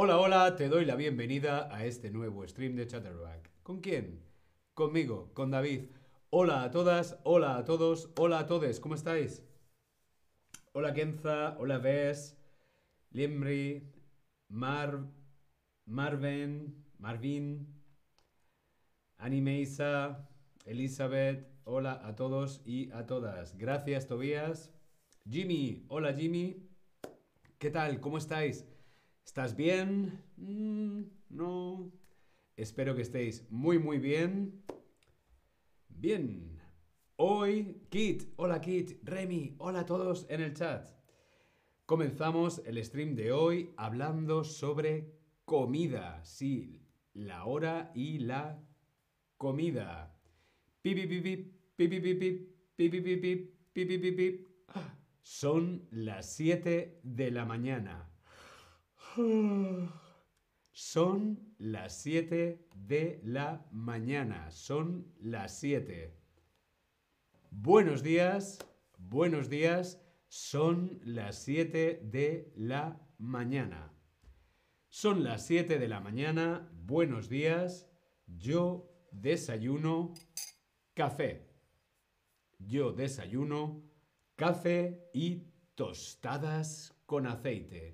Hola, hola, te doy la bienvenida a este nuevo stream de Chatterback. ¿Con quién? Conmigo, con David. Hola a todas, hola a todos, hola a todos, ¿cómo estáis? Hola Kenza, hola Bess, Limri, Mar, Marvin, Animeisa, Elizabeth, hola a todos y a todas. Gracias, Tobías. Jimmy, hola Jimmy, ¿qué tal? ¿Cómo estáis? ¿Estás bien? No. Espero que estéis muy, muy bien. Bien. Hoy, Kit, hola Kit, Remy, hola a todos en el chat. Comenzamos el stream de hoy hablando sobre comida. Sí, la hora y la comida. Pi, pi, pi, pi, pi, pi, pi, pi, pi, pi, pi, pi, pi, pi, pi, pi. Son las 7 de la mañana. Son las 7 de la mañana. Son las 7. Buenos días, buenos días. Son las 7 de la mañana. Son las 7 de la mañana. Buenos días. Yo desayuno café. Yo desayuno café y tostadas con aceite.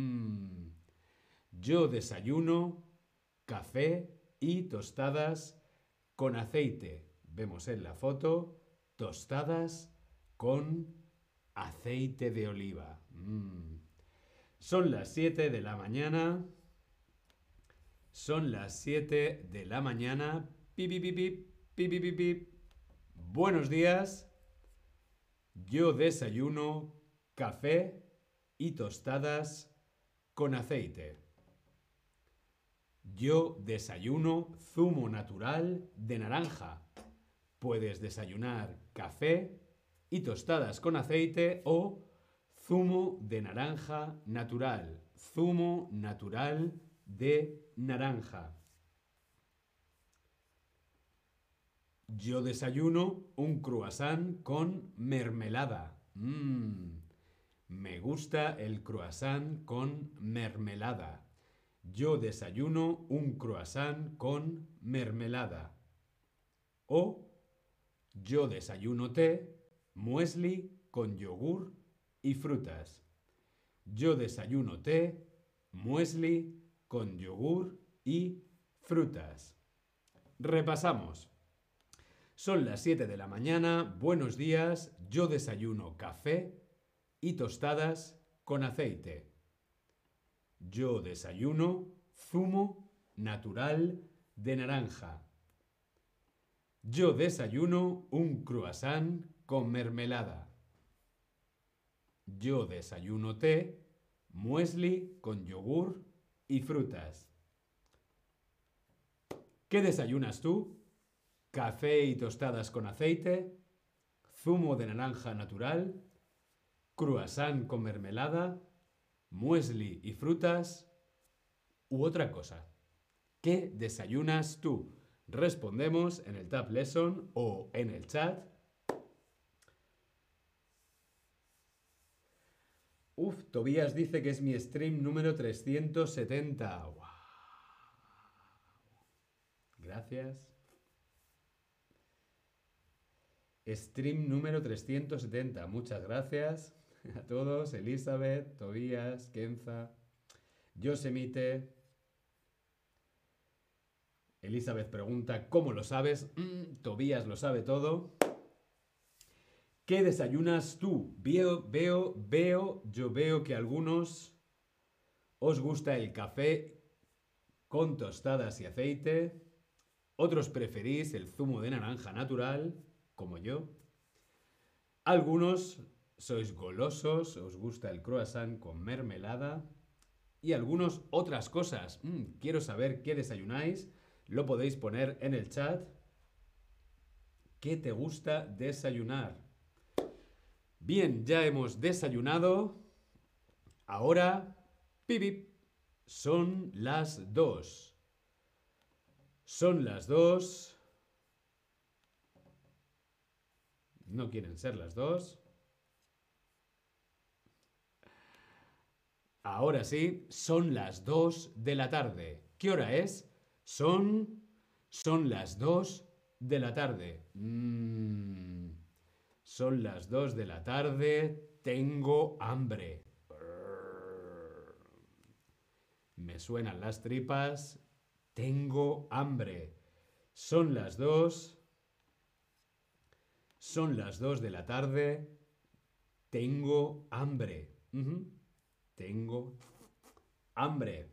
Yo desayuno café y tostadas con aceite. Vemos en la foto tostadas con aceite de oliva. Son las 7 de la mañana. Son las 7 de la mañana. Pi, pi, pi, pi, pi, pi, pi, pi. Buenos días. Yo desayuno café y tostadas con aceite. Yo desayuno zumo natural de naranja. Puedes desayunar café y tostadas con aceite o zumo de naranja natural. Zumo natural de naranja. Yo desayuno un croissant con mermelada. Me gusta el croissant con mermelada. Yo desayuno un croissant con mermelada. O yo desayuno té, muesli con yogur y frutas. Yo desayuno té, muesli con yogur y frutas. Repasamos. Son las 7 de la mañana, buenos días, yo desayuno café y tostadas con aceite. Yo desayuno zumo natural de naranja. Yo desayuno un croissant con mermelada. Yo desayuno té, muesli con yogur y frutas. ¿Qué desayunas tú? Café y tostadas con aceite, zumo de naranja natural, croissant con mermelada, muesli y frutas u otra cosa. ¿Qué desayunas tú? Respondemos en el Tab Lesson o en el chat. Tobías dice que es mi stream número 370. ¡Wow! Gracias. Stream número 370. Muchas gracias a todos. Elizabeth, Tobías, Kenza, Yosemite. Elizabeth pregunta, ¿cómo lo sabes? Tobías lo sabe todo. ¿Qué desayunas tú? Yo veo que a algunos os gusta el café con tostadas y aceite. Otros preferís el zumo de naranja natural, como yo. Algunos sois golosos, os gusta el croissant con mermelada. Y algunos otras cosas. Quiero saber qué desayunáis. Lo podéis poner en el chat. ¿Qué te gusta desayunar? Bien, ya hemos desayunado. Ahora, pipip, son las 2. Son las 2. No quieren ser las 2. Ahora sí, son las 2 de la tarde. ¿Qué hora es? Son las 2 de la tarde. Son las 2 de la tarde. Tengo hambre. Me suenan las tripas. Tengo hambre. Son las 2. Son las 2 de la tarde. Tengo hambre. Tengo hambre.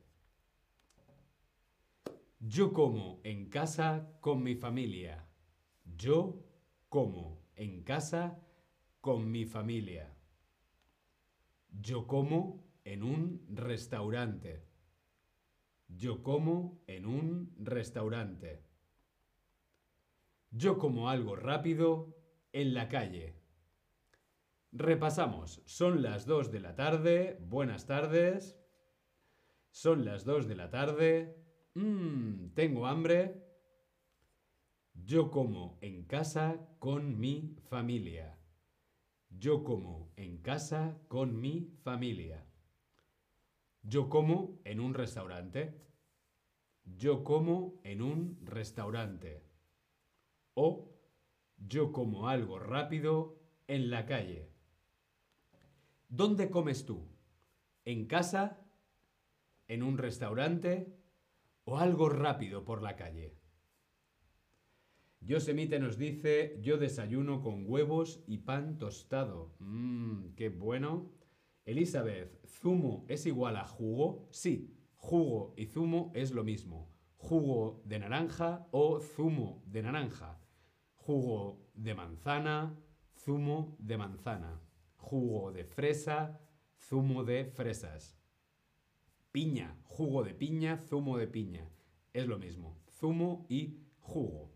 Yo como en casa con mi familia. Yo como en casa con mi familia. Yo como en un restaurante. Yo como en un restaurante. Yo como algo rápido en la calle. Repasamos. Son las 2 de la tarde. Buenas tardes. Son las 2 de la tarde. Tengo hambre. Yo como en casa con mi familia. Yo como en casa con mi familia. Yo como en un restaurante. Yo como en un restaurante. O yo como algo rápido en la calle. ¿Dónde comes tú? ¿En casa? ¿En un restaurante? ¿O algo rápido por la calle? Yosemite nos dice, yo desayuno con huevos y pan tostado. Qué bueno. Elizabeth, ¿zumo es igual a jugo? Sí, jugo y zumo es lo mismo. Jugo de naranja o zumo de naranja. Jugo de manzana, zumo de manzana. Jugo de fresa, zumo de fresas. Piña, jugo de piña, zumo de piña. Es lo mismo, zumo y jugo.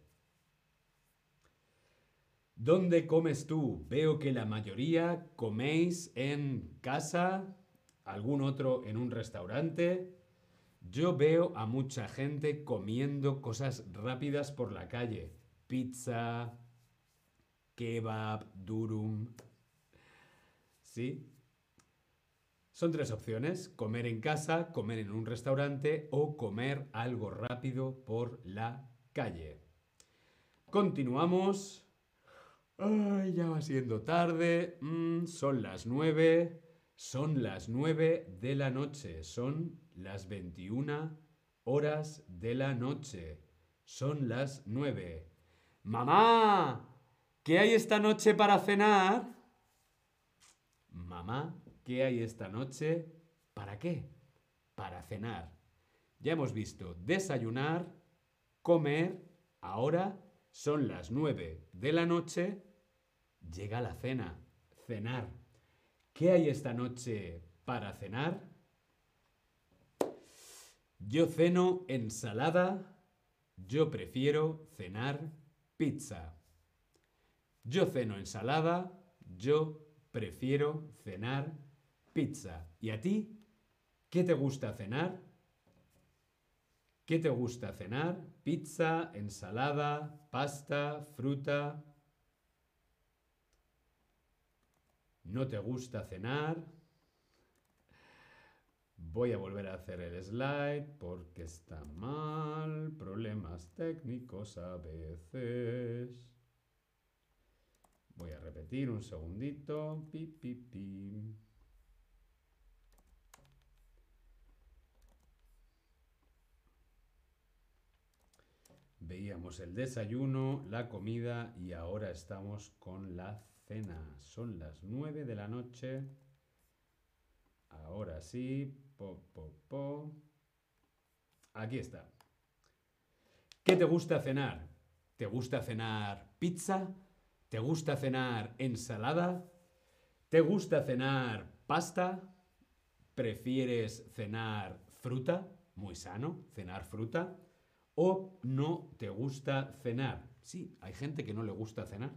¿Dónde comes tú? Veo que la mayoría coméis en casa, algún otro en un restaurante. Yo veo a mucha gente comiendo cosas rápidas por la calle. Pizza, kebab, durum. ¿Sí? Son tres opciones. Comer en casa, comer en un restaurante o comer algo rápido por la calle. Continuamos. Ay, ya va siendo tarde. Son las 9. Son las 9 de la noche. Son las 21 horas de la noche. Son las 9. ¡Mamá! ¿Qué hay esta noche para cenar? Mamá, ¿qué hay esta noche? ¿Para qué? Para cenar. Ya hemos visto desayunar, comer. Ahora son las 9 de la noche. Llega la cena. Cenar. ¿Qué hay esta noche para cenar? Yo ceno ensalada. Yo prefiero cenar pizza. Yo ceno ensalada. Yo prefiero cenar pizza. ¿Y a ti? ¿Qué te gusta cenar? ¿Qué te gusta cenar? Pizza, ensalada, pasta, fruta. ¿No te gusta cenar? Voy a volver a hacer el slide porque está mal. Problemas técnicos a veces. Voy a repetir un segundito. Pi, pi, pi. Veíamos el desayuno, la comida y ahora estamos con la cena. Son las 9 de la noche. Ahora sí. Aquí está. ¿Qué te gusta cenar? ¿Te gusta cenar pizza? ¿Te gusta cenar ensalada? ¿Te gusta cenar pasta? ¿Prefieres cenar fruta? Muy sano, cenar fruta. ¿O no te gusta cenar? Sí, hay gente que no le gusta cenar.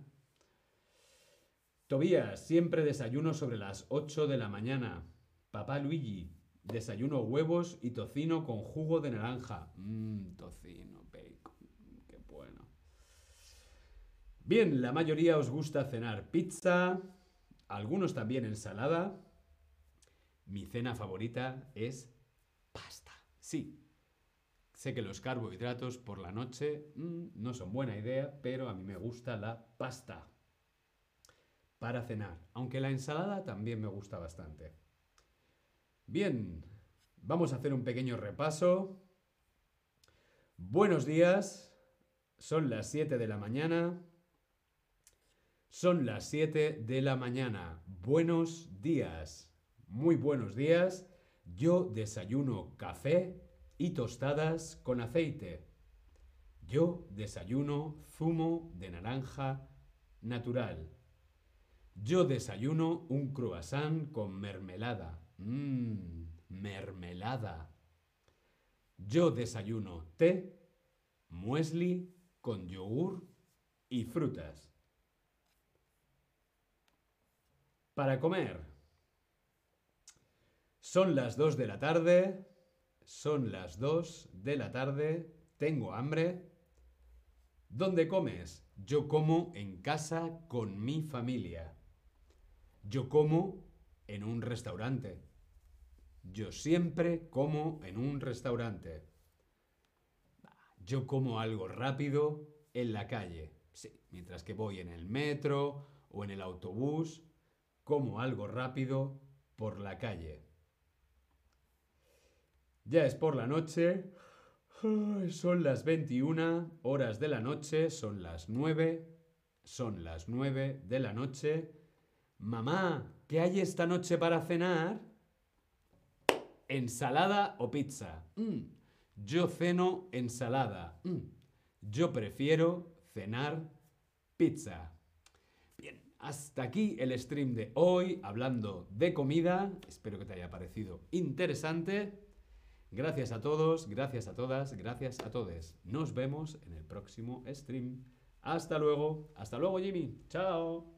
Tobías, siempre desayuno sobre las 8 de la mañana. Papá Luigi, desayuno huevos y tocino con jugo de naranja. Tocino, bacon, qué bueno. Bien, la mayoría os gusta cenar pizza, algunos también ensalada. Mi cena favorita es pasta. Sí, sé que los carbohidratos por la noche no son buena idea, pero a mí me gusta la pasta para cenar, aunque la ensalada también me gusta bastante. Bien, vamos a hacer un pequeño repaso. Buenos días, son las 7 de la mañana. Son las 7 de la mañana. Buenos días. Muy buenos días. Yo desayuno café y tostadas con aceite. Yo desayuno zumo de naranja natural. Yo desayuno un croissant con mermelada. Mermelada. Yo desayuno té, muesli con yogur y frutas. Para comer. Son las 2 de la tarde. Son las 2 de la tarde. Tengo hambre. ¿Dónde comes? Yo como en casa con mi familia. Yo como en un restaurante. Yo siempre como en un restaurante. Yo como algo rápido en la calle. Sí, mientras que voy en el metro o en el autobús, como algo rápido por la calle. Ya es por la noche. Son las 21 horas de la noche. Son las 9. Son las 9 de la noche. Mamá, ¿qué hay esta noche para cenar? ¿Ensalada o pizza? Yo ceno ensalada. Yo prefiero cenar pizza. Bien, hasta aquí el stream de hoy hablando de comida. Espero que te haya parecido interesante. Gracias a todos, gracias a todas, gracias a todos. Nos vemos en el próximo stream. Hasta luego, Jimmy. Chao.